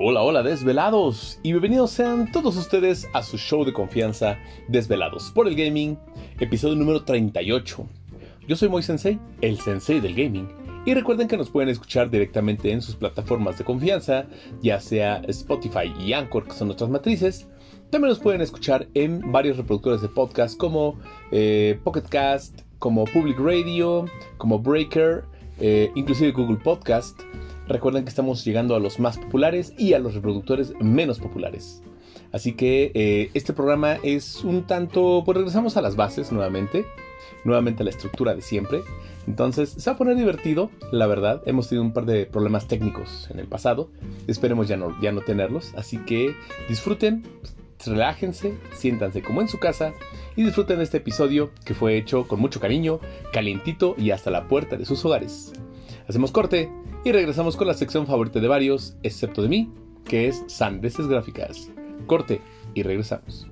Hola, hola desvelados y bienvenidos sean todos ustedes a su show de confianza Desvelados por el Gaming, episodio número 38. Yo soy Moy Sensei, el sensei del gaming, y recuerden que nos pueden escuchar directamente en sus plataformas de confianza, ya sea Spotify y Anchor, que son nuestras matrices. También nos pueden escuchar en varios reproductores de podcast como Pocket Cast, como Public Radio, como Breaker, inclusive Google Podcast. Recuerden que estamos llegando a los más populares y a los reproductores menos populares. Así que este programa es un tanto, pues regresamos a las bases nuevamente a la estructura de siempre. Entonces se va a poner divertido, la verdad. Hemos tenido un par de problemas técnicos en el pasado. Esperemos ya no tenerlos. Así que disfruten, relájense, siéntanse como en su casa y disfruten de este episodio que fue hecho con mucho cariño, calientito y hasta la puerta de sus hogares. Hacemos corte y regresamos con la sección favorita de varios, excepto de mí, que es Sandeces Gráficas. Corte y regresamos.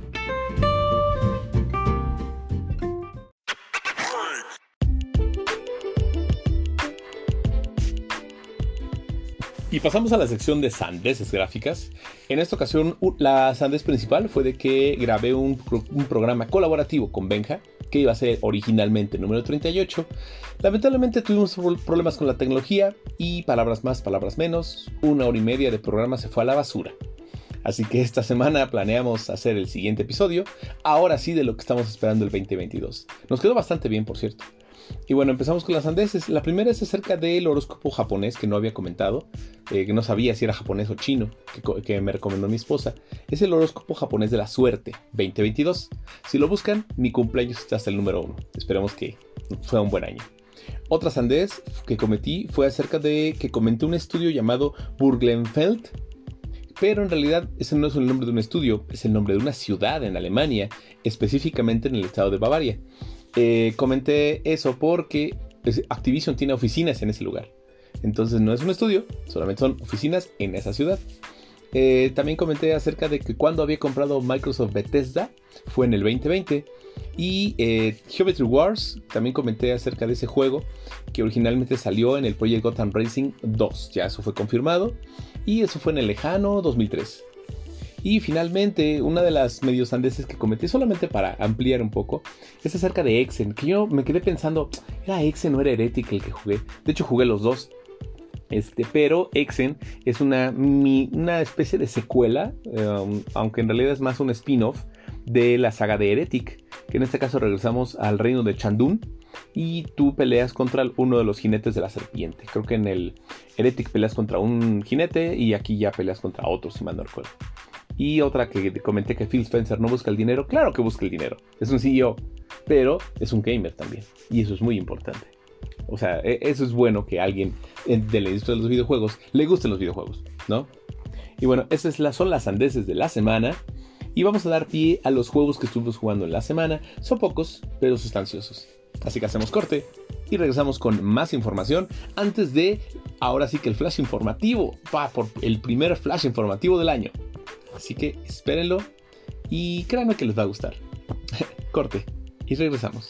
Y pasamos a la sección de sandeces gráficas. En esta ocasión la sandez principal fue de que grabé un programa colaborativo con Benja, que iba a ser originalmente el número 38. Lamentablemente tuvimos problemas con la tecnología y palabras más, palabras menos, 1 hora y media de programa se fue a la basura. Así que esta semana planeamos hacer el siguiente episodio, ahora sí de lo que estamos esperando el 2022. Nos quedó bastante bien, por cierto. Y bueno, empezamos con las sandeces. La primera es acerca del horóscopo japonés que no había comentado, que no sabía si era japonés o chino, que me recomendó mi esposa. Es el horóscopo japonés de la suerte 2022. Si lo buscan, mi cumpleaños está hasta el número 1. Esperemos que fue un buen año. Otra sandez que cometí fue acerca de que comenté un estudio llamado Burgenfeld, pero en realidad ese no es el nombre de un estudio, es el nombre de una ciudad en Alemania, específicamente en el estado de Bavaria. Comenté eso porque Activision tiene oficinas en ese lugar. Entonces no es un estudio, solamente son oficinas en esa ciudad. También comenté acerca de que cuando había comprado Microsoft Bethesda fue en el 2020. Y Geometry Wars, también comenté acerca de ese juego que originalmente salió en el Project Gotham Racing 2. Ya eso fue confirmado y eso fue en el lejano 2003. Y finalmente, una de las medio sandeces que cometí, solamente para ampliar un poco, es acerca de Hexen, que yo me quedé pensando, ¿era Hexen o era Heretic el que jugué? De hecho jugué los dos, pero Hexen es una especie de secuela, aunque en realidad es más un spin-off de la saga de Heretic, que en este caso regresamos al reino de Chandun y tú peleas contra uno de los jinetes de la serpiente. Creo que en el Heretic peleas contra un jinete y aquí ya peleas contra otro, si mal no recuerdo. Y otra que comenté, que Phil Spencer no busca el dinero. Claro que busca el dinero, es un CEO, pero es un gamer también, y eso es muy importante. O sea, eso es bueno que a alguien de la industria de los videojuegos le gusten los videojuegos, ¿no? Y bueno, esas son las sandeces de la semana. Y vamos a dar pie a los juegos que estuvimos jugando en la semana. Son pocos, pero sustanciosos. Así que hacemos corte y regresamos con más información antes de, ahora sí que el flash informativo. Va por el primer flash informativo del año. Así que espérenlo y créanme que les va a gustar. Corte y regresamos.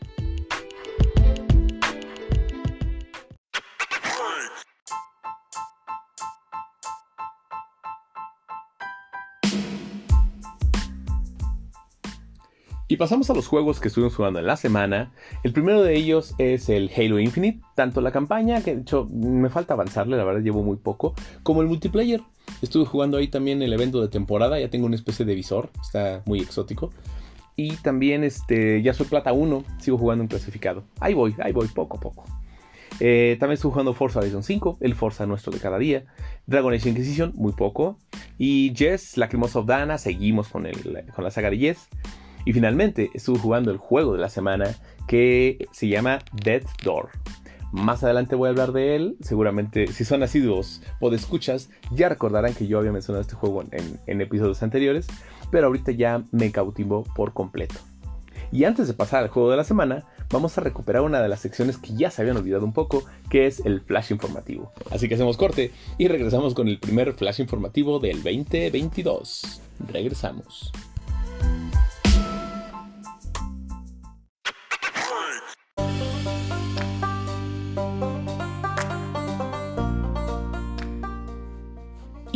Y pasamos a los juegos que estuvimos jugando en la semana. El primero de ellos es el Halo Infinite. Tanto la campaña, que de hecho me falta avanzarle, la verdad llevo muy poco, como el multiplayer. Estuve jugando ahí también el evento de temporada. Ya tengo una especie de visor, está muy exótico. Y también ya soy plata 1, sigo jugando en clasificado. Ahí voy, poco a poco. También estuve jugando Forza Horizon 5, el Forza nuestro de cada día. Dragon Age Inquisition, muy poco. Y Jess, Lacrimosa of Dana, seguimos con la saga de Jess. Y finalmente estuve jugando el juego de la semana que se llama Death Door. Más adelante voy a hablar de él. Seguramente si son asiduos o de escuchas ya recordarán que yo había mencionado este juego en episodios anteriores. Pero ahorita ya me cautivó por completo. Y antes de pasar al juego de la semana, vamos a recuperar una de las secciones que ya se habían olvidado un poco, que es el flash informativo. Así que hacemos corte y regresamos con el primer flash informativo del 2022. Regresamos.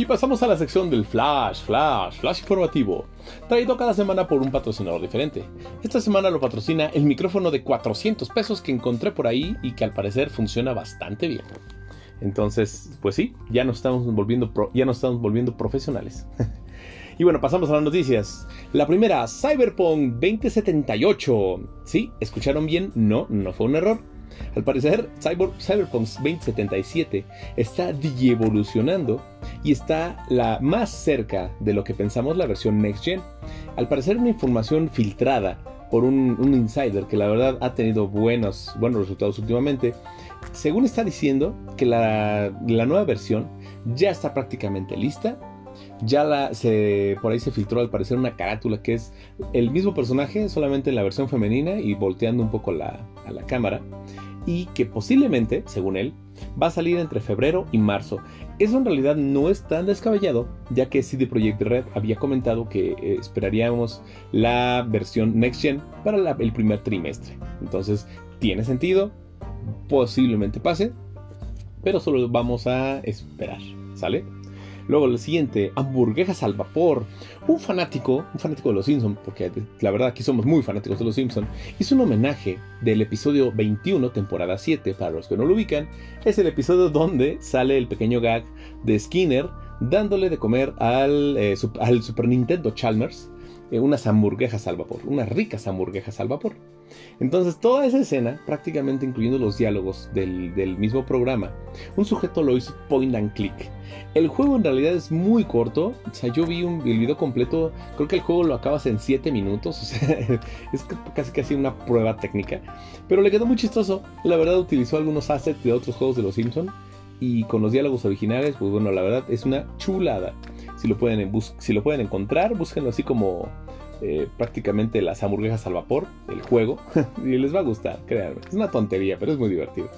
pasamos a la sección del Flash informativo, traído cada semana por un patrocinador diferente. Esta semana lo patrocina el micrófono de 400 pesos que encontré por ahí y que al parecer funciona bastante bien. Entonces, pues sí, ya nos estamos volviendo profesionales. Y bueno, pasamos a las noticias. La primera, Cyberpunk 2078. Sí, ¿escucharon bien? No fue un error. Al parecer, Cyberpunk 2077 está evolucionando y está más cerca de lo que pensamos la versión Next Gen. Al parecer, una información filtrada por un insider que la verdad ha tenido buenos resultados últimamente, según está diciendo que la nueva versión ya está prácticamente lista. Por ahí se filtró al parecer una carátula que es el mismo personaje, solamente en la versión femenina y volteando un poco a la cámara. Y que posiblemente, según él, va a salir entre febrero y marzo. Eso en realidad no es tan descabellado, ya que CD Projekt Red había comentado que esperaríamos la versión Next Gen para el primer trimestre. Entonces, tiene sentido, posiblemente pase, pero solo vamos a esperar, ¿sale? Luego el siguiente, hamburguesas al vapor. Un fanático de los Simpsons, porque la verdad aquí somos muy fanáticos de los Simpsons, hizo un homenaje del episodio 21, temporada 7, para los que no lo ubican. Es el episodio donde sale el pequeño gag de Skinner dándole de comer al Super Nintendo Chalmers unas hamburguesas al vapor, unas ricas hamburguesas al vapor. Entonces toda esa escena, prácticamente incluyendo los diálogos del mismo programa, un sujeto lo hizo point and click. El juego en realidad es muy corto, o sea, yo vi el video completo, creo que el juego lo acabas en 7 minutos, o sea, es casi una prueba técnica, pero le quedó muy chistoso. La verdad utilizó algunos assets de otros juegos de los Simpsons y con los diálogos originales, pues bueno, la verdad es una chulada. Si lo pueden encontrar, búsquenlo así como prácticamente las hamburguesas al vapor, el juego, y les va a gustar, créanme. Es una tontería, pero es muy divertido.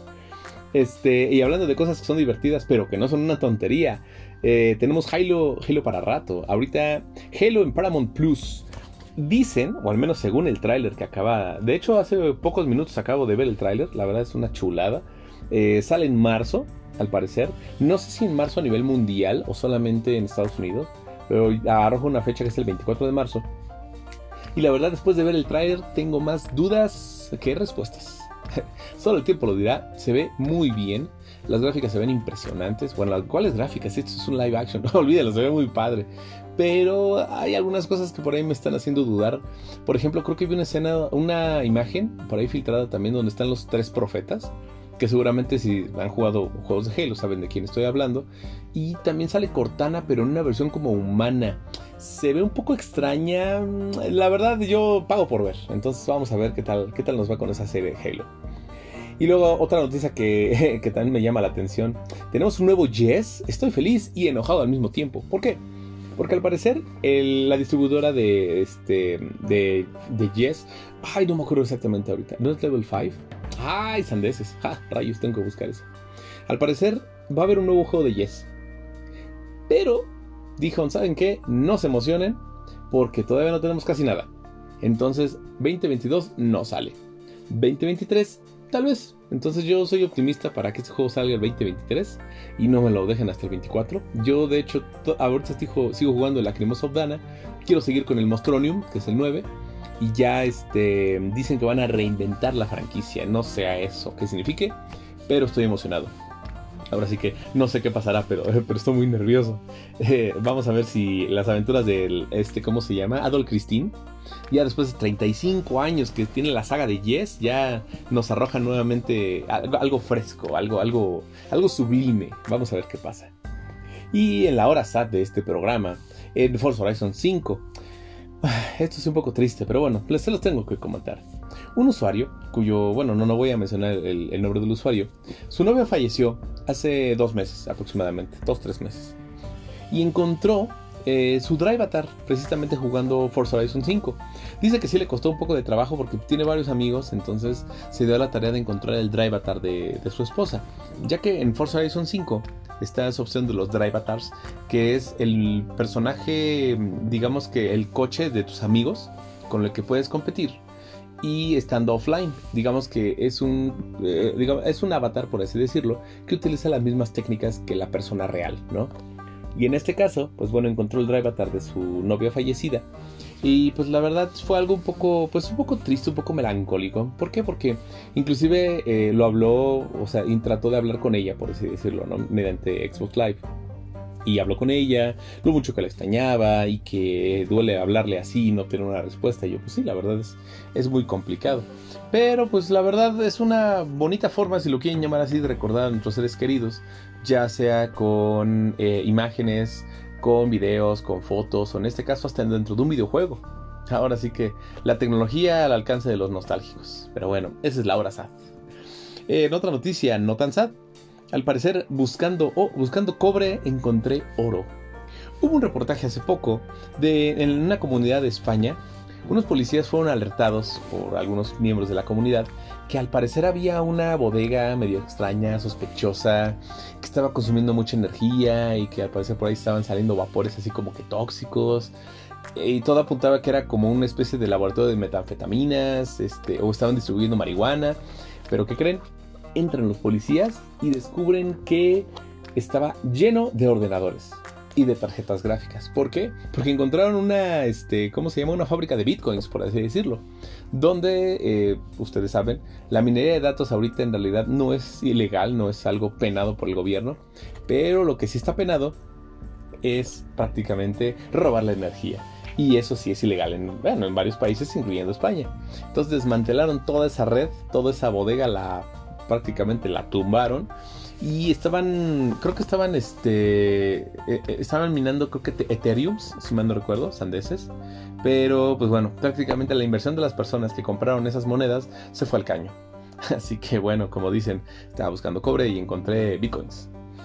Y hablando de cosas que son divertidas, pero que no son una tontería, tenemos Halo para rato. Ahorita Halo en Paramount Plus. Dicen, o al menos según el tráiler que de hecho hace pocos minutos acabo de ver el tráiler, la verdad es una chulada. Sale en marzo, al parecer. No sé si en marzo a nivel mundial o solamente en Estados Unidos, pero arroja una fecha que es el 24 de marzo. Y la verdad, después de ver el tráiler, tengo más dudas que respuestas. Solo el tiempo lo dirá. Se ve muy bien. Las gráficas se ven impresionantes. Bueno, ¿cuáles gráficas? Esto es un live action. No olvídalo, se ve muy padre. Pero hay algunas cosas que por ahí me están haciendo dudar. Por ejemplo, creo que vi una imagen por ahí filtrada también donde están los 3 profetas. Que seguramente si han jugado juegos de Halo saben de quién estoy hablando. Y también sale Cortana, pero en una versión como humana. Se ve un poco extraña. La verdad yo pago por ver. Entonces vamos a ver qué tal nos va con esa serie de Halo. Y luego otra noticia que también me llama la atención. Tenemos un nuevo Yes. Estoy feliz y enojado al mismo tiempo. ¿Por qué? Porque al parecer la distribuidora de Yes, ay, no me acuerdo exactamente ahorita, ¿no es Level 5? Ay, sandeces, rayos, tengo que buscar eso. Al parecer va a haber un nuevo juego de Yes, pero dijeron, ¿saben qué? No se emocionen porque todavía no tenemos casi nada. Entonces 2022 no sale, 2023 tal vez. Entonces yo soy optimista para que este juego salga el 2023 y no me lo dejen hasta el 24. Yo de hecho ahorita sigo jugando el Lacrimosa of Dana. Quiero seguir con el Mostronium, que es el 9. Y ya dicen que van a reinventar la franquicia. No sé a eso qué signifique, pero estoy emocionado. Ahora sí que no sé qué pasará, pero estoy muy nervioso. Vamos a ver si las aventuras del ¿cómo se llama? Adol Christine. Ya después de 35 años que tiene la saga de Yes, ya nos arroja nuevamente algo fresco, algo sublime. Vamos a ver qué pasa. Y en la hora SAT de este programa, en Forza Horizon 5. Esto es un poco triste, pero bueno, se los tengo que comentar. Un usuario, no voy a mencionar el nombre del usuario. Su novia falleció hace 2 meses aproximadamente, 2-3 meses. Y encontró su Drive Avatar precisamente jugando Forza Horizon 5. Dice que sí le costó un poco de trabajo porque tiene varios amigos, entonces se dio a la tarea de encontrar el Drive Avatar de su esposa. Ya que en Forza Horizon 5 está esa opción de los Drive Avatars, que es el personaje, digamos que el coche de tus amigos con el que puedes competir y estando offline. Digamos que es un avatar, por así decirlo, que utiliza las mismas técnicas que la persona real, ¿no? Y en este caso, pues bueno, encontró el Drive Avatar de su novia fallecida. Y pues la verdad fue algo un poco triste, un poco melancólico. ¿Por qué? Porque inclusive lo habló, o sea, y trató de hablar con ella, por así decirlo, ¿no? Mediante Xbox Live. Y habló con ella, lo mucho que la extrañaba y que duele hablarle así y no tener una respuesta. Y yo, pues sí, la verdad es muy complicado. Pero pues la verdad es una bonita forma, si lo quieren llamar así, de recordar a nuestros seres queridos. Ya sea con imágenes, con videos, con fotos, o en este caso hasta dentro de un videojuego. Ahora sí que la tecnología al alcance de los nostálgicos. Pero bueno, esa es la hora sad. En otra noticia no tan sad. Al parecer, buscando cobre, encontré oro. Hubo un reportaje hace poco en una comunidad de España. Unos policías fueron alertados por algunos miembros de la comunidad que al parecer había una bodega medio extraña, sospechosa, que estaba consumiendo mucha energía y que al parecer por ahí estaban saliendo vapores así como que tóxicos. Y todo apuntaba que era como una especie de laboratorio de metanfetaminas, o estaban distribuyendo marihuana. Pero ¿qué creen? Entran los policías y descubren que estaba lleno de ordenadores y de tarjetas gráficas. ¿Por qué? Porque encontraron una, ¿cómo se llama? Una fábrica de bitcoins, por así decirlo. Donde, ustedes saben, la minería de datos ahorita en realidad no es ilegal, no es algo penado por el gobierno. Pero lo que sí está penado es prácticamente robar la energía. Y eso sí es ilegal en varios países, incluyendo España. Entonces desmantelaron toda esa red, toda esa bodega prácticamente la tumbaron. Y estaban minando, creo que Ethereum, si mal no recuerdo, sandeces. Pero pues bueno, prácticamente la inversión de las personas que compraron esas monedas se fue al caño. Así que bueno, como dicen, estaba buscando cobre y encontré bitcoins.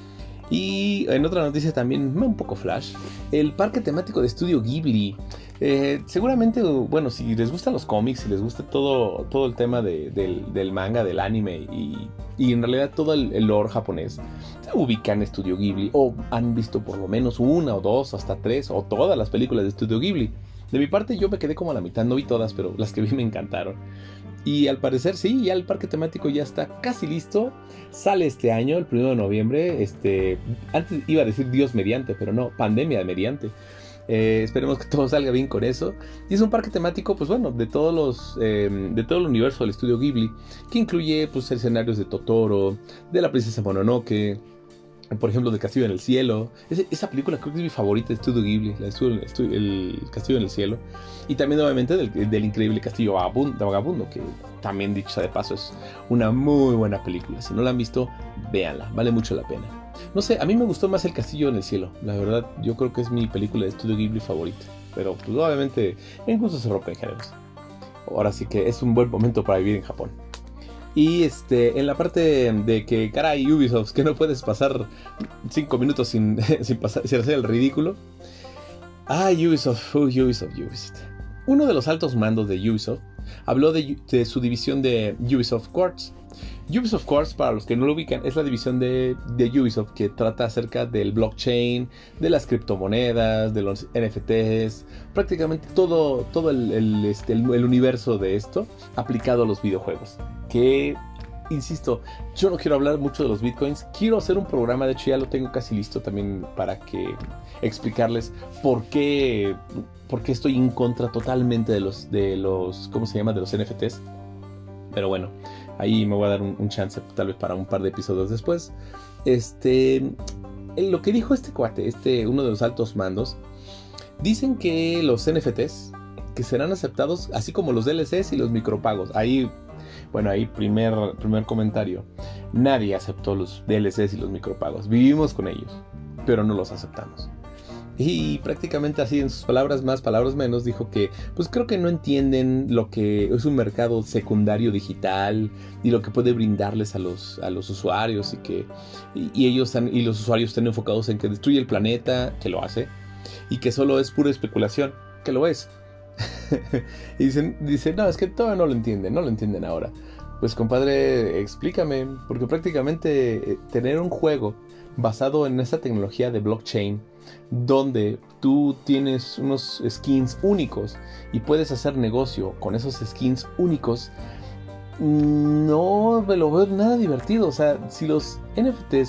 Y en otra noticia también, un poco flash, el parque temático de Estudio Ghibli. Seguramente, bueno, si les gustan los cómics, si les gusta todo el tema del manga, del anime y en realidad todo el lore japonés, se ubican Estudio Ghibli o han visto por lo menos una o dos, hasta tres o todas las películas de Estudio Ghibli. De mi parte yo me quedé como a la mitad, no vi todas, pero las que vi me encantaron. Y al parecer sí, ya el parque temático ya está casi listo. Sale este año, el 1 de noviembre. Antes iba a decir Dios mediante, pero no, pandemia mediante. Esperemos que todo salga bien con eso. Y es un parque temático, pues bueno, de todo el universo del estudio Ghibli, que incluye pues escenarios de Totoro, de la princesa Mononoke, por ejemplo, del Castillo en el Cielo. Esa película creo que es mi favorita de Estudio Ghibli, el Castillo en el Cielo. Y también obviamente del increíble Castillo Vagabundo, que también, dicho sea de paso, es una muy buena película. Si no la han visto, véanla, vale mucho la pena. No sé, a mí me gustó más el Castillo en el Cielo. La verdad, yo creo que es mi película de Estudio Ghibli favorita. Pero pues obviamente en gusto se rompen géneros. Ahora sí que es un buen momento para vivir en Japón. Y en la parte de que, caray, Ubisoft, que no puedes pasar 5 minutos sin hacer el ridículo. Ubisoft. Uno de los altos mandos de Ubisoft habló de su división de Ubisoft Quartz. Ubisoft Quartz, para los que no lo ubican, es la división de Ubisoft que trata acerca del blockchain, de las criptomonedas, de los NFTs, prácticamente todo el universo de esto aplicado a los videojuegos. Que, insisto, yo no quiero hablar mucho de los bitcoins, quiero hacer un programa, de hecho ya lo tengo casi listo también para explicarles por qué estoy en contra totalmente de los ¿cómo se llama? De los NFTs. Pero bueno, ahí me voy a dar un chance tal vez para un par de episodios después. Lo que dijo este cuate, uno de los altos mandos, dicen que los NFTs que serán aceptados, así como los DLCs y los micropagos. Ahí primer comentario. Nadie aceptó los DLCs y los micropagos. Vivimos con ellos, pero no los aceptamos. Y prácticamente así, en sus palabras más, palabras menos, dijo que pues creo que no entienden lo que es un mercado secundario digital y lo que puede brindarles a los usuarios, y los usuarios están enfocados en que destruye el planeta, que lo hace, y que solo es pura especulación, que lo es. Y dicen, no, es que todavía no lo entienden ahora. Pues compadre, explícame, porque prácticamente tener un juego basado en esa tecnología de blockchain, donde tú tienes unos skins únicos y puedes hacer negocio con esos skins únicos, no me lo veo nada divertido. O sea, si los NFTs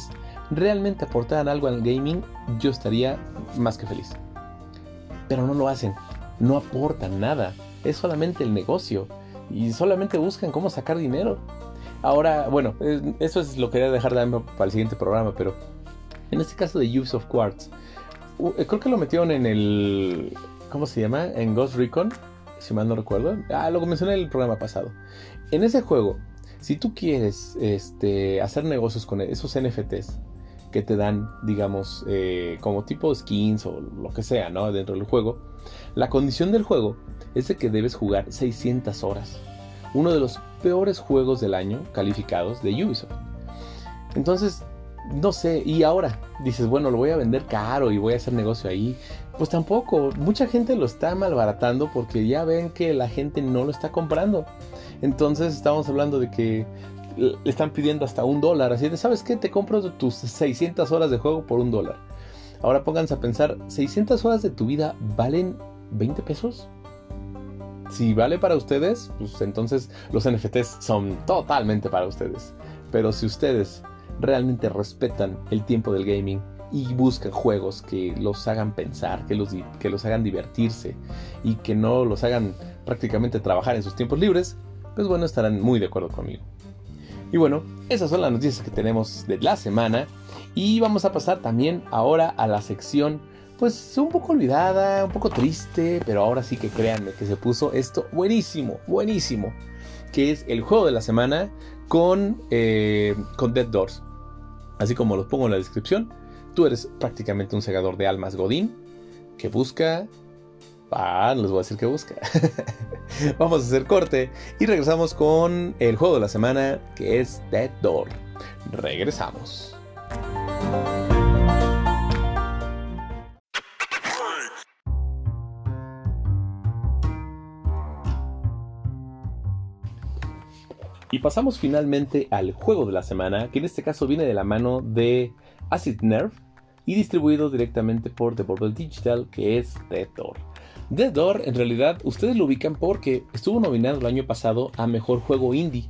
realmente aportaran algo al gaming, yo estaría más que feliz. Pero no lo hacen, no aportan nada, es solamente el negocio y solamente buscan cómo sacar dinero. Ahora, bueno, eso es lo que quería dejar para el siguiente programa, pero en este caso de Ubisoft Quartz, creo que lo metieron en el... ¿Cómo se llama? En Ghost Recon, si mal no recuerdo. Lo mencioné en el programa pasado. En ese juego, si tú quieres hacer negocios con esos NFTs que te dan, digamos, como tipo skins o lo que sea, ¿no? Dentro del juego, la condición del juego es de que debes jugar 600 horas. Uno de los peores juegos del año calificados de Ubisoft. Entonces, no sé, y ahora dices, bueno, lo voy a vender caro y voy a hacer negocio ahí. Pues tampoco, mucha gente lo está malbaratando porque ya ven que la gente no lo está comprando. Entonces estamos hablando de que le están pidiendo hasta $1, así de, ¿sabes qué? Te compro tus 600 horas de juego por $1. Ahora pónganse a pensar, ¿600 horas de tu vida valen 20 pesos? Si vale para ustedes, pues entonces los NFTs son totalmente para ustedes. Pero si ustedes realmente respetan el tiempo del gaming y buscan juegos que los hagan pensar, que los hagan divertirse y que no los hagan prácticamente trabajar en sus tiempos libres, pues bueno, estarán muy de acuerdo conmigo. Y bueno, esas son las noticias que tenemos de la semana. Y vamos a pasar también ahora a la sección, pues un poco olvidada, un poco triste, pero ahora sí que créanme que se puso esto buenísimo, buenísimo, que es el juego de la semana con Dead Doors. Así como los pongo en la descripción, tú eres prácticamente un segador de almas godín que busca... no les voy a decir que busca. Vamos a hacer corte y regresamos con el juego de la semana, que es Dead Door. Regresamos. Y pasamos finalmente al juego de la semana, que en este caso viene de la mano de Acid Nerve y distribuido directamente por Devolver Digital, que es Dead Door. Dead Door, en realidad, ustedes lo ubican porque estuvo nominado el año pasado a Mejor Juego Indie.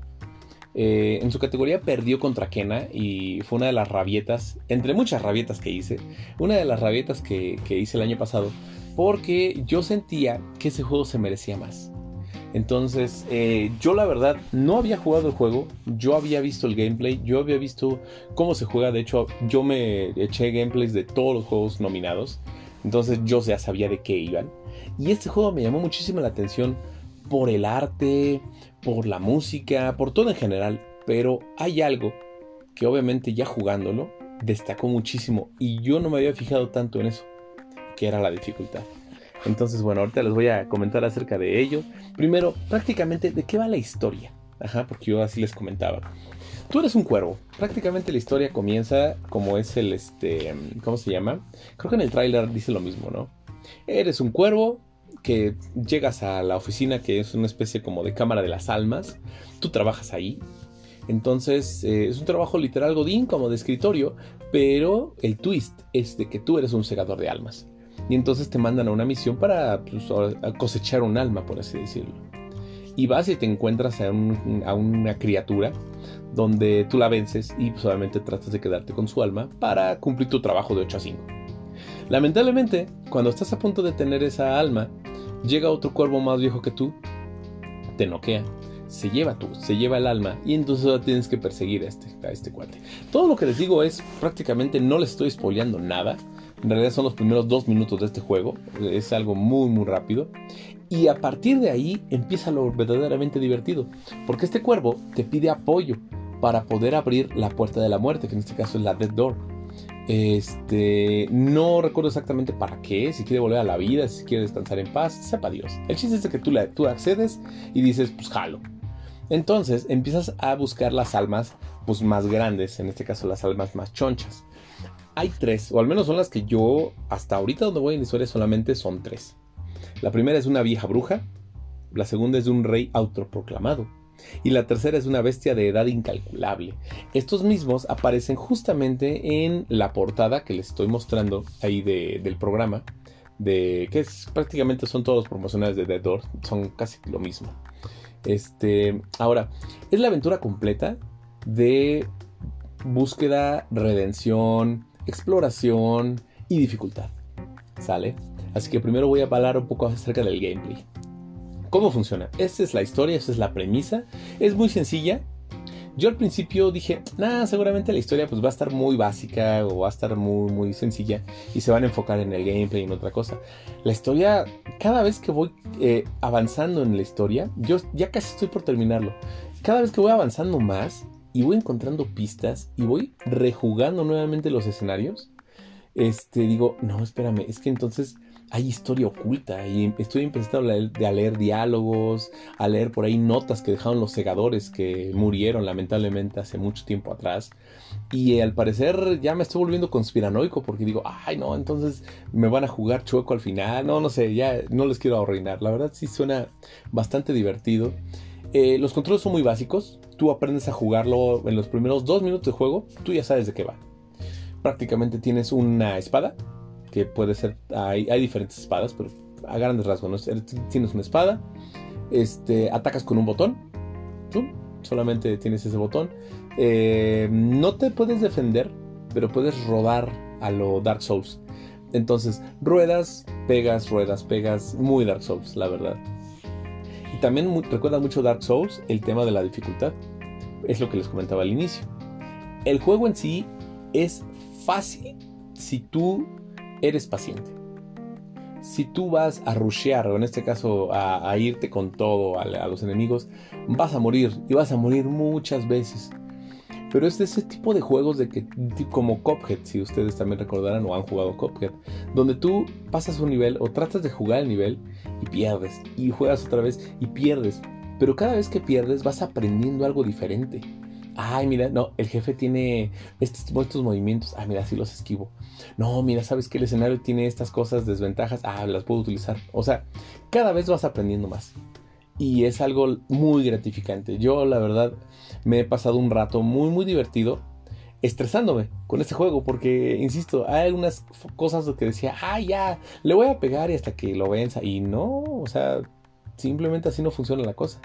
En su categoría perdió contra Kena y fue una de las rabietas, entre muchas rabietas que hice, una de las rabietas que hice el año pasado, porque yo sentía que ese juego se merecía más. Entonces, yo la verdad no había jugado el juego, yo había visto el gameplay, yo había visto cómo se juega, de hecho yo me eché gameplays de todos los juegos nominados, entonces yo ya sabía de qué iban. Y este juego me llamó muchísimo la atención por el arte, por la música, por todo en general, pero hay algo que obviamente ya jugándolo destacó muchísimo y yo no me había fijado tanto en eso, que era la dificultad. Entonces, bueno, ahorita les voy a comentar acerca de ello. Primero, prácticamente, ¿de qué va la historia? Porque yo así les comentaba. Tú eres un cuervo. Prácticamente la historia comienza como es el, ¿cómo se llama? Creo que en el tráiler dice lo mismo, ¿no? Eres un cuervo que llegas a la oficina, que es una especie como de cámara de las almas. Tú trabajas ahí. Entonces, es un trabajo literal godín, como de escritorio, pero el twist es de que tú eres un segador de almas. Y entonces te mandan a una misión para a cosechar un alma, por así decirlo. Y vas y te encuentras a una criatura donde tú la vences y pues, obviamente tratas de quedarte con su alma para cumplir tu trabajo de 8 a 5. Lamentablemente, cuando estás a punto de tener esa alma, llega otro cuervo más viejo que tú, te noquea, se lleva el alma y entonces ahora tienes que perseguir a este cuate. Todo lo que les digo es prácticamente, no les estoy spoileando nada. En realidad son los primeros 2 minutos de este juego. Es algo muy muy rápido. Y a partir de ahí empieza lo verdaderamente divertido. Porque este cuervo te pide apoyo para poder abrir la puerta de la muerte, que en este caso es la Dead Door. No recuerdo exactamente para qué, si quiere volver a la vida, si quiere descansar en paz, sepa Dios. El chiste es de que tú accedes y dices, pues jalo. Entonces empiezas a buscar las almas pues, más grandes, en este caso las almas más chonchas. Hay 3, o al menos son las que yo, hasta ahorita donde voy en la historia solamente son 3. La primera es una vieja bruja, la segunda es de un rey autoproclamado, y la tercera es una bestia de edad incalculable. Estos mismos aparecen justamente en la portada que les estoy mostrando ahí del programa, que prácticamente son todos los promocionales de Dead Door, son casi lo mismo. Ahora, es la aventura completa de búsqueda, redención, exploración y dificultad. ¿Sale? Así que primero voy a hablar un poco acerca del gameplay. ¿Cómo funciona? Esta es la historia, esta es la premisa. Es muy sencilla. Yo al principio dije, seguramente la historia pues va a estar muy básica o va a estar muy, muy sencilla y se van a enfocar en el gameplay y en otra cosa. La historia, cada vez que voy avanzando en la historia, yo ya casi estoy por terminarlo. Cada vez que voy avanzando más y voy encontrando pistas y voy rejugando nuevamente los escenarios, digo, no, espérame, es que entonces hay historia oculta y estoy empezando a leer diálogos, a leer por ahí notas que dejaron los segadores que murieron lamentablemente hace mucho tiempo atrás, y al parecer ya me estoy volviendo conspiranoico porque digo, ay no, entonces me van a jugar chueco al final, no sé, ya no les quiero arruinar. La verdad sí suena bastante divertido. Los controles son muy básicos, tú aprendes a jugarlo en los primeros 2 minutos de juego, tú ya sabes de qué va. Prácticamente tienes una espada, que puede ser, hay diferentes espadas, pero a grandes rasgos, ¿no? Tienes una espada, atacas con un botón, ¡pum! Solamente tienes ese botón, no te puedes defender, pero puedes rodar a lo Dark Souls. Entonces, ruedas, pegas, muy Dark Souls, la verdad. Y también recuerda mucho Dark Souls el tema de la dificultad, es lo que les comentaba al inicio. El juego en sí es fácil si tú eres paciente. Si tú vas a rushear, o en este caso a irte con todo a los enemigos, vas a morir, y vas a morir muchas veces. Pero es de ese tipo de juegos como Cuphead, si ustedes también recordarán o han jugado Cuphead, donde tú pasas un nivel o tratas de jugar el nivel y pierdes, y juegas otra vez y pierdes. Pero cada vez que pierdes vas aprendiendo algo diferente. Ay, mira, no, el jefe tiene estos movimientos. Ah, mira, así los esquivo. No, mira, ¿sabes qué? El escenario tiene estas cosas, desventajas. Ah, las puedo utilizar. O sea, cada vez vas aprendiendo más. Y es algo muy gratificante. Yo, la verdad, me he pasado un rato muy, muy divertido estresándome con este juego. Porque, insisto, hay algunas cosas que decía, ya, le voy a pegar y hasta que lo venza. Y no, o sea, simplemente así no funciona la cosa.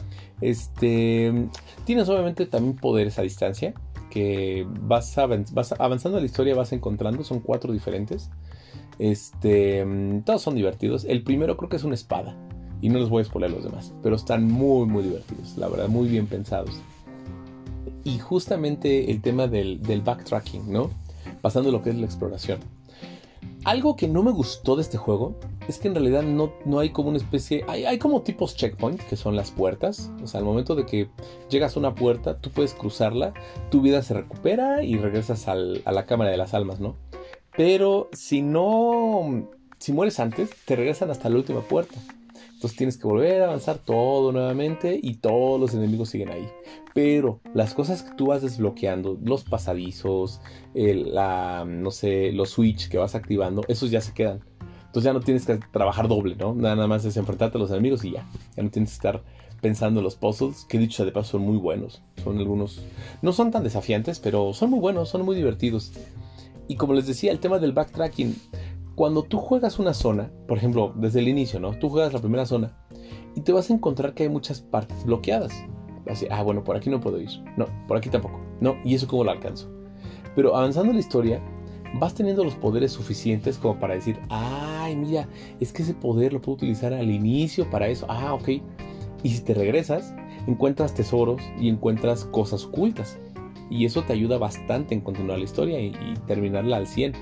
Tienes obviamente también poderes a distancia que vas avanzando en la historia, vas encontrando, son 4 diferentes. Todos son divertidos. El primero creo que es una espada y no les voy a spoiler los demás, pero están muy muy divertidos, la verdad, muy bien pensados. Y justamente el tema del backtracking, ¿no? Pasando lo que es la exploración. Algo que no me gustó de este juego es que en realidad no hay como una especie... Hay como tipos checkpoint, que son las puertas. O sea, al momento de que llegas a una puerta, tú puedes cruzarla, tu vida se recupera y regresas a la cámara de las almas, ¿no? Pero si mueres antes, te regresan hasta la última puerta. Entonces tienes que volver a avanzar todo nuevamente y todos los enemigos siguen ahí. Pero las cosas que tú vas desbloqueando, los pasadizos, los switch que vas activando, esos ya se quedan. Entonces ya no tienes que trabajar doble, ¿no? Nada más es enfrentarte a los enemigos y ya. Ya no tienes que estar pensando en los puzzles, que dicho sea de paso son muy buenos. Son algunos, no son tan desafiantes, pero son muy buenos, son muy divertidos. Y como les decía, el tema del backtracking, cuando tú juegas una zona, por ejemplo, desde el inicio, ¿no? Tú juegas la primera zona y te vas a encontrar que hay muchas partes bloqueadas. Así, bueno, por aquí no puedo ir. No, por aquí tampoco. No, ¿y eso cómo lo alcanzo? Pero avanzando la historia, vas teniendo los poderes suficientes como para decir, ay, mira, es que ese poder lo puedo utilizar al inicio para eso. Ok. Y si te regresas, encuentras tesoros y encuentras cosas ocultas. Y eso te ayuda bastante en continuar la historia y terminarla al 100.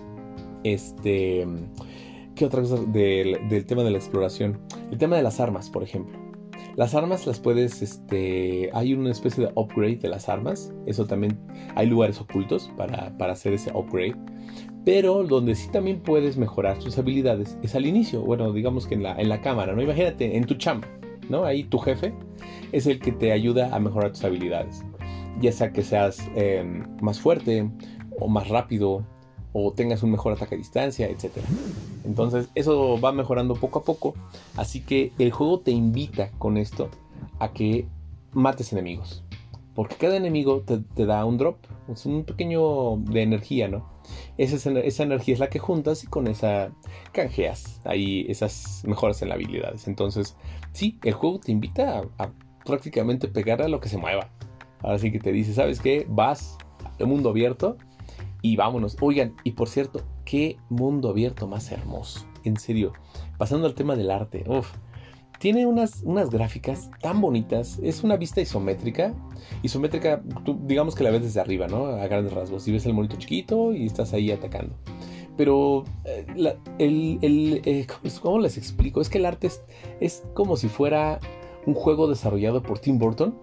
¿Qué otra cosa del tema de la exploración? El tema de las armas, por ejemplo. Las armas las puedes, hay una especie de upgrade de las armas. Eso también, hay lugares ocultos para hacer ese upgrade. Pero donde sí también puedes mejorar tus habilidades es al inicio. Bueno, digamos que en la cámara, ¿no? Imagínate, en tu chamba, ¿no? Ahí tu jefe es el que te ayuda a mejorar tus habilidades. Ya sea que seas más fuerte o más rápido, o tengas un mejor ataque a distancia, etc. Entonces eso va mejorando poco a poco. Así que el juego te invita con esto a que mates enemigos. Porque cada enemigo te da un drop. Es un pequeño de energía, ¿no? Esa energía es la que juntas y con esa canjeas ahí esas mejoras en las habilidades. Entonces sí, el juego te invita a prácticamente pegar a lo que se mueva. Ahora sí que te dice, ¿sabes qué? Vas de mundo abierto y vámonos. Oigan, y por cierto, qué mundo abierto más hermoso. En serio, pasando al tema del arte. Tiene unas gráficas tan bonitas. Es una vista isométrica. Isométrica, tú, digamos que la ves desde arriba, ¿no? A grandes rasgos. Y ves el monito chiquito y estás ahí atacando. Pero, ¿cómo les explico? Es que el arte es como si fuera un juego desarrollado por Tim Burton,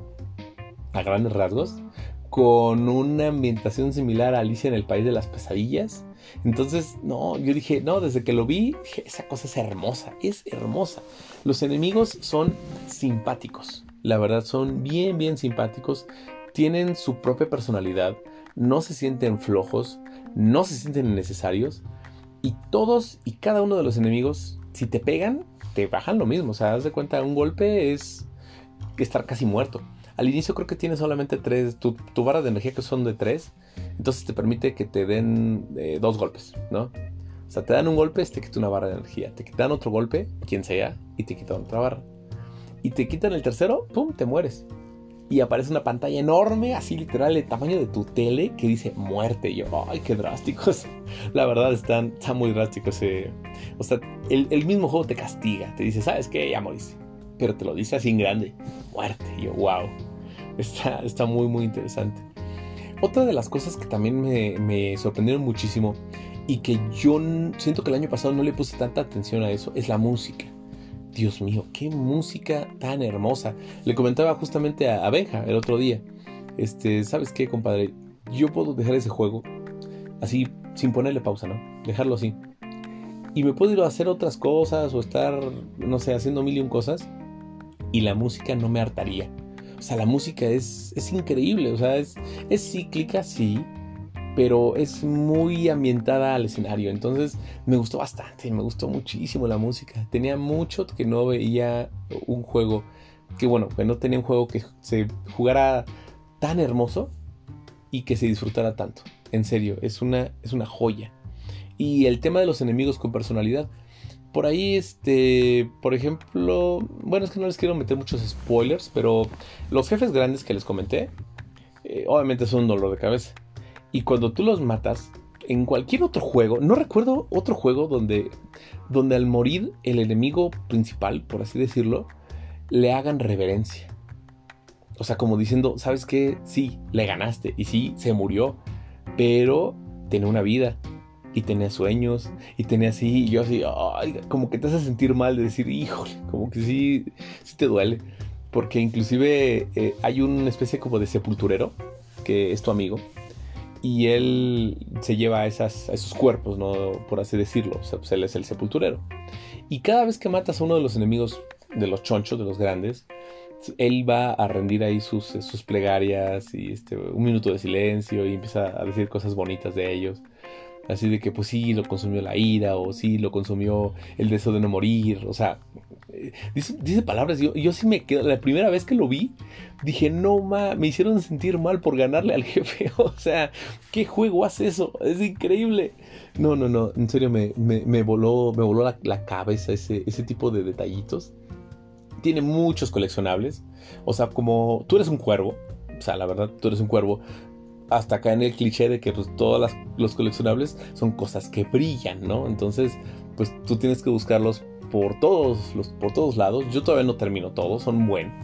a grandes rasgos, con una ambientación similar a Alicia en el País de las Pesadillas. Entonces, no, yo dije, no, desde que lo vi, dije, esa cosa es hermosa, es hermosa. Los enemigos son simpáticos, la verdad, son bien, bien simpáticos. Tienen su propia personalidad, no se sienten flojos, no se sienten innecesarios. Y todos y cada uno de los enemigos, si te pegan, te bajan lo mismo. O sea, haz de cuenta, un golpe es estar casi muerto. Al inicio creo que tienes solamente 3, tu barra de energía que son de 3, entonces te permite que te den 2 golpes, ¿no? O sea, te dan un golpe, te quita una barra de energía, te quitan otro golpe, quien sea, y te quitan otra barra. Y te quitan el tercero, ¡pum!, te mueres. Y aparece una pantalla enorme, así literal, el tamaño de tu tele, que dice muerte. Y yo, ¡ay, qué drásticos! La verdad, están muy drásticos. O sea, el mismo juego te castiga, te dice, ¿sabes qué? Ya moriste. Pero te lo dice así en grande, muerte. Y yo, wow, está muy, muy interesante. Otra de las cosas que también me sorprendieron muchísimo y que yo siento que el año pasado no le puse tanta atención a eso, es la música. Dios mío, qué música tan hermosa. Le comentaba justamente a Benja el otro día, ¿sabes qué, compadre? Yo puedo dejar ese juego así, sin ponerle pausa, ¿no? Dejarlo así. Y me puedo ir a hacer otras cosas o estar, no sé, haciendo mil y un cosas. Y la música no me hartaría. O sea, la música es increíble. O sea, es cíclica, sí, pero es muy ambientada al escenario. Entonces me gustó bastante, me gustó muchísimo la música. Tenía mucho que no veía un juego que no tenía un juego que se jugara tan hermoso y que se disfrutara tanto. En serio, es una joya. Y el tema de los enemigos con personalidad. Por ahí, por ejemplo, bueno, es que no les quiero meter muchos spoilers, pero los jefes grandes que les comenté, obviamente son un dolor de cabeza. Y cuando tú los matas, en cualquier otro juego, no recuerdo otro juego donde al morir el enemigo principal, por así decirlo, le hagan reverencia. O sea, como diciendo, ¿sabes qué? Sí, le ganaste y sí, se murió, pero tenía una vida. Y tenía sueños, y tenía así, y yo así, ay, como que te hace sentir mal de decir, híjole, como que sí te duele. Porque inclusive hay una especie como de sepulturero, que es tu amigo, y él se lleva a esos cuerpos, ¿no? Por así decirlo, o sea, pues él es el sepulturero. Y cada vez que matas a uno de los enemigos, de los chonchos, de los grandes, él va a rendir ahí sus plegarias, y un minuto de silencio, y empieza a decir cosas bonitas de ellos. Así de que pues sí, lo consumió la ira, o sí, lo consumió el deseo de no morir. O sea, dice palabras. Yo sí me quedo. La primera vez que lo vi, dije, no me hicieron sentir mal por ganarle al jefe. O sea, ¿qué juego hace eso? Es increíble. No, en serio me voló la cabeza ese tipo de detallitos. Tiene muchos coleccionables. O sea, como tú eres un cuervo. O sea, la verdad, tú eres un cuervo. Hasta cae en el cliché de que pues, todos los coleccionables son cosas que brillan, ¿no? Entonces, pues tú tienes que buscarlos por todos lados. Yo todavía no termino todos, son buenos.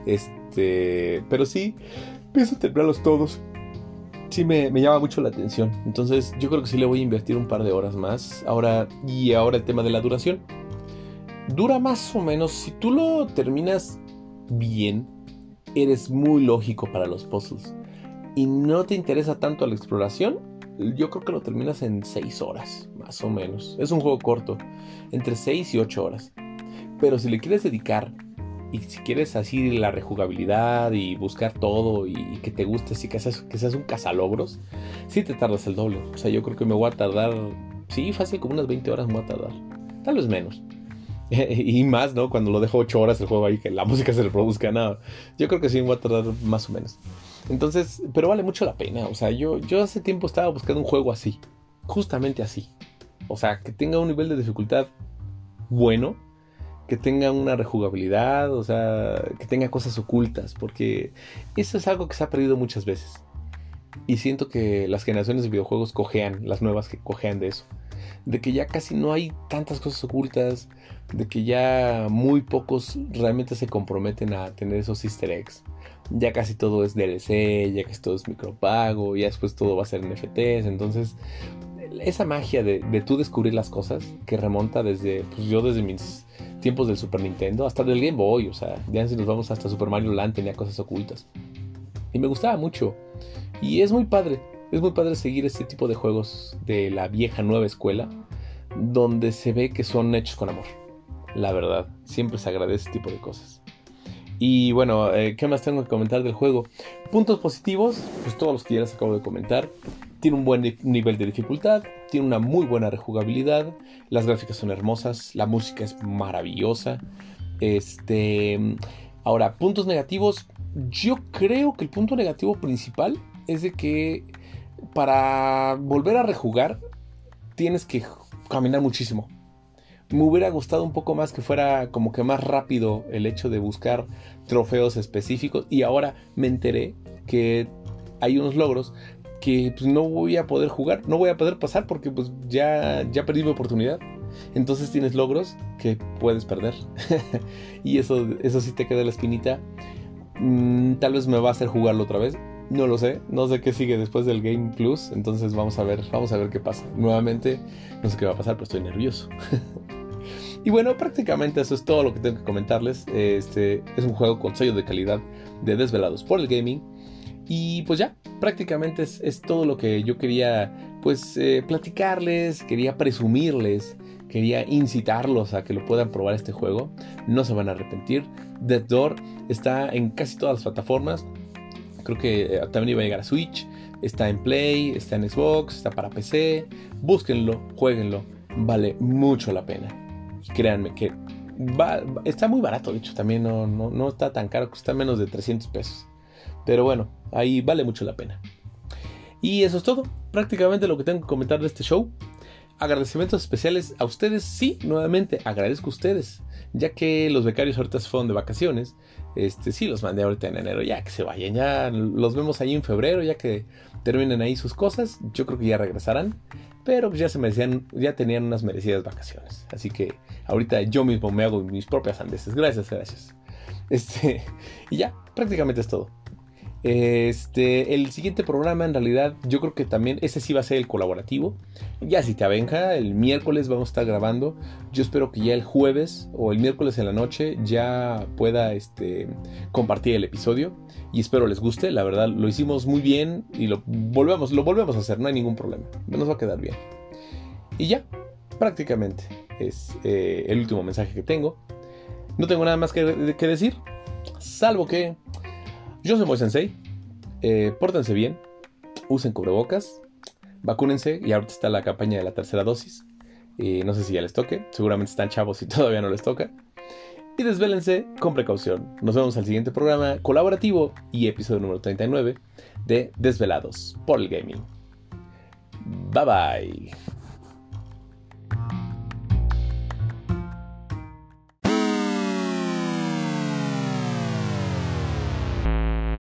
Pero sí, pienso terminarlos todos. Sí me llama mucho la atención. Entonces, yo creo que sí le voy a invertir un par de horas más. Ahora el tema de la duración. Dura más o menos, si tú lo terminas bien, eres muy lógico para los puzzles. Y no te interesa tanto la exploración, yo creo que lo terminas en 6 horas, más o menos. Es un juego corto, entre 6 y 8 horas. Pero si le quieres dedicar, y si quieres así la rejugabilidad y buscar todo y que te guste, así que seas un cazalogros, sí te tardas el doble. O sea, yo creo que me voy a tardar, sí, fácil, como unas 20 horas me voy a tardar. Tal vez menos. Y más, ¿no? Cuando lo dejo 8 horas el juego ahí, que la música se reproduzca, nada. Yo creo que sí me voy a tardar más o menos. Entonces, pero vale mucho la pena. O sea, yo hace tiempo estaba buscando un juego así, justamente así. O sea, que tenga un nivel de dificultad bueno, que tenga una rejugabilidad, o sea, que tenga cosas ocultas, porque eso es algo que se ha perdido muchas veces. Y siento que las generaciones de videojuegos cojean, las nuevas que cojean de eso. De que ya casi no hay tantas cosas ocultas, de que ya muy pocos realmente se comprometen a tener esos easter eggs. Ya casi todo es DLC, ya casi todo es micropago, ya después todo va a ser NFTs. Entonces, esa magia de tú descubrir las cosas, que remonta desde, pues yo desde mis tiempos del Super Nintendo, hasta del Game Boy, o sea, ya si nos vamos hasta Super Mario Land tenía cosas ocultas. Y me gustaba mucho. Y es muy padre seguir este tipo de juegos de la vieja nueva escuela, donde se ve que son hechos con amor. La verdad, siempre se agradece este tipo de cosas. Y bueno, ¿qué más tengo que comentar del juego? Puntos positivos, pues todos los que ya les acabo de comentar. Tiene un buen nivel de dificultad, tiene una muy buena rejugabilidad, las gráficas son hermosas, la música es maravillosa. Ahora, puntos negativos, yo creo que el punto negativo principal es de que para volver a rejugar tienes que caminar muchísimo. Me hubiera gustado un poco más que fuera como que más rápido el hecho de buscar trofeos específicos. Y ahora me enteré que hay unos logros que pues no voy a poder jugar, no voy a poder pasar porque pues ya perdí mi oportunidad. Entonces tienes logros que puedes perder. Y eso sí te queda la espinita. Tal vez me va a hacer jugarlo otra vez. No lo sé, no sé qué sigue después del Game Plus. Entonces vamos a ver qué pasa. Nuevamente, no sé qué va a pasar, pero estoy nervioso. Y bueno, prácticamente eso es todo lo que tengo que comentarles. Es un juego con sello de calidad de Desvelados por el Gaming. Y pues ya, prácticamente es todo lo que yo quería pues platicarles, quería presumirles, quería incitarlos a que lo puedan probar este juego. No se van a arrepentir. Death Door está en casi todas las plataformas. Creo que también iba a llegar a Switch. Está en Play, está en Xbox, está para PC. Búsquenlo, jueguenlo. Vale mucho la pena. Y créanme que está muy barato. De hecho, también no está tan caro. Cuesta menos de 300 pesos. Pero bueno, ahí vale mucho la pena. Y eso es todo. Prácticamente lo que tengo que comentar de este show. Agradecimientos especiales a ustedes. Sí, nuevamente agradezco a ustedes. Ya que los becarios ahorita se fueron de vacaciones. Sí, los mandé ahorita en enero. Ya que se vayan. Ya los vemos ahí en febrero. Ya que terminen ahí sus cosas. Yo creo que ya regresarán. Pero pues ya tenían unas merecidas vacaciones. Así que ahorita yo mismo me hago mis propias sandeces. Gracias. Y ya, prácticamente es todo. El siguiente programa en realidad yo creo que también ese sí va a ser el colaborativo. Ya si te avenja, el miércoles vamos a estar grabando. Yo espero que ya el jueves o el miércoles en la noche ya pueda compartir el episodio. Y espero les guste, la verdad lo hicimos muy bien. Y lo volvemos a hacer, no hay ningún problema. Nos va a quedar bien. Y ya, prácticamente es el último mensaje que tengo. No tengo nada más que decir, salvo que yo soy Moy Sensei. Pórtense bien, usen cubrebocas, vacúnense. Y ahorita está la campaña de la tercera dosis. No sé si ya les toque, seguramente están chavos y todavía no les toca. Y desvélense con precaución. Nos vemos al siguiente programa colaborativo y episodio número 39 de Desvelados por el Gaming. Bye bye.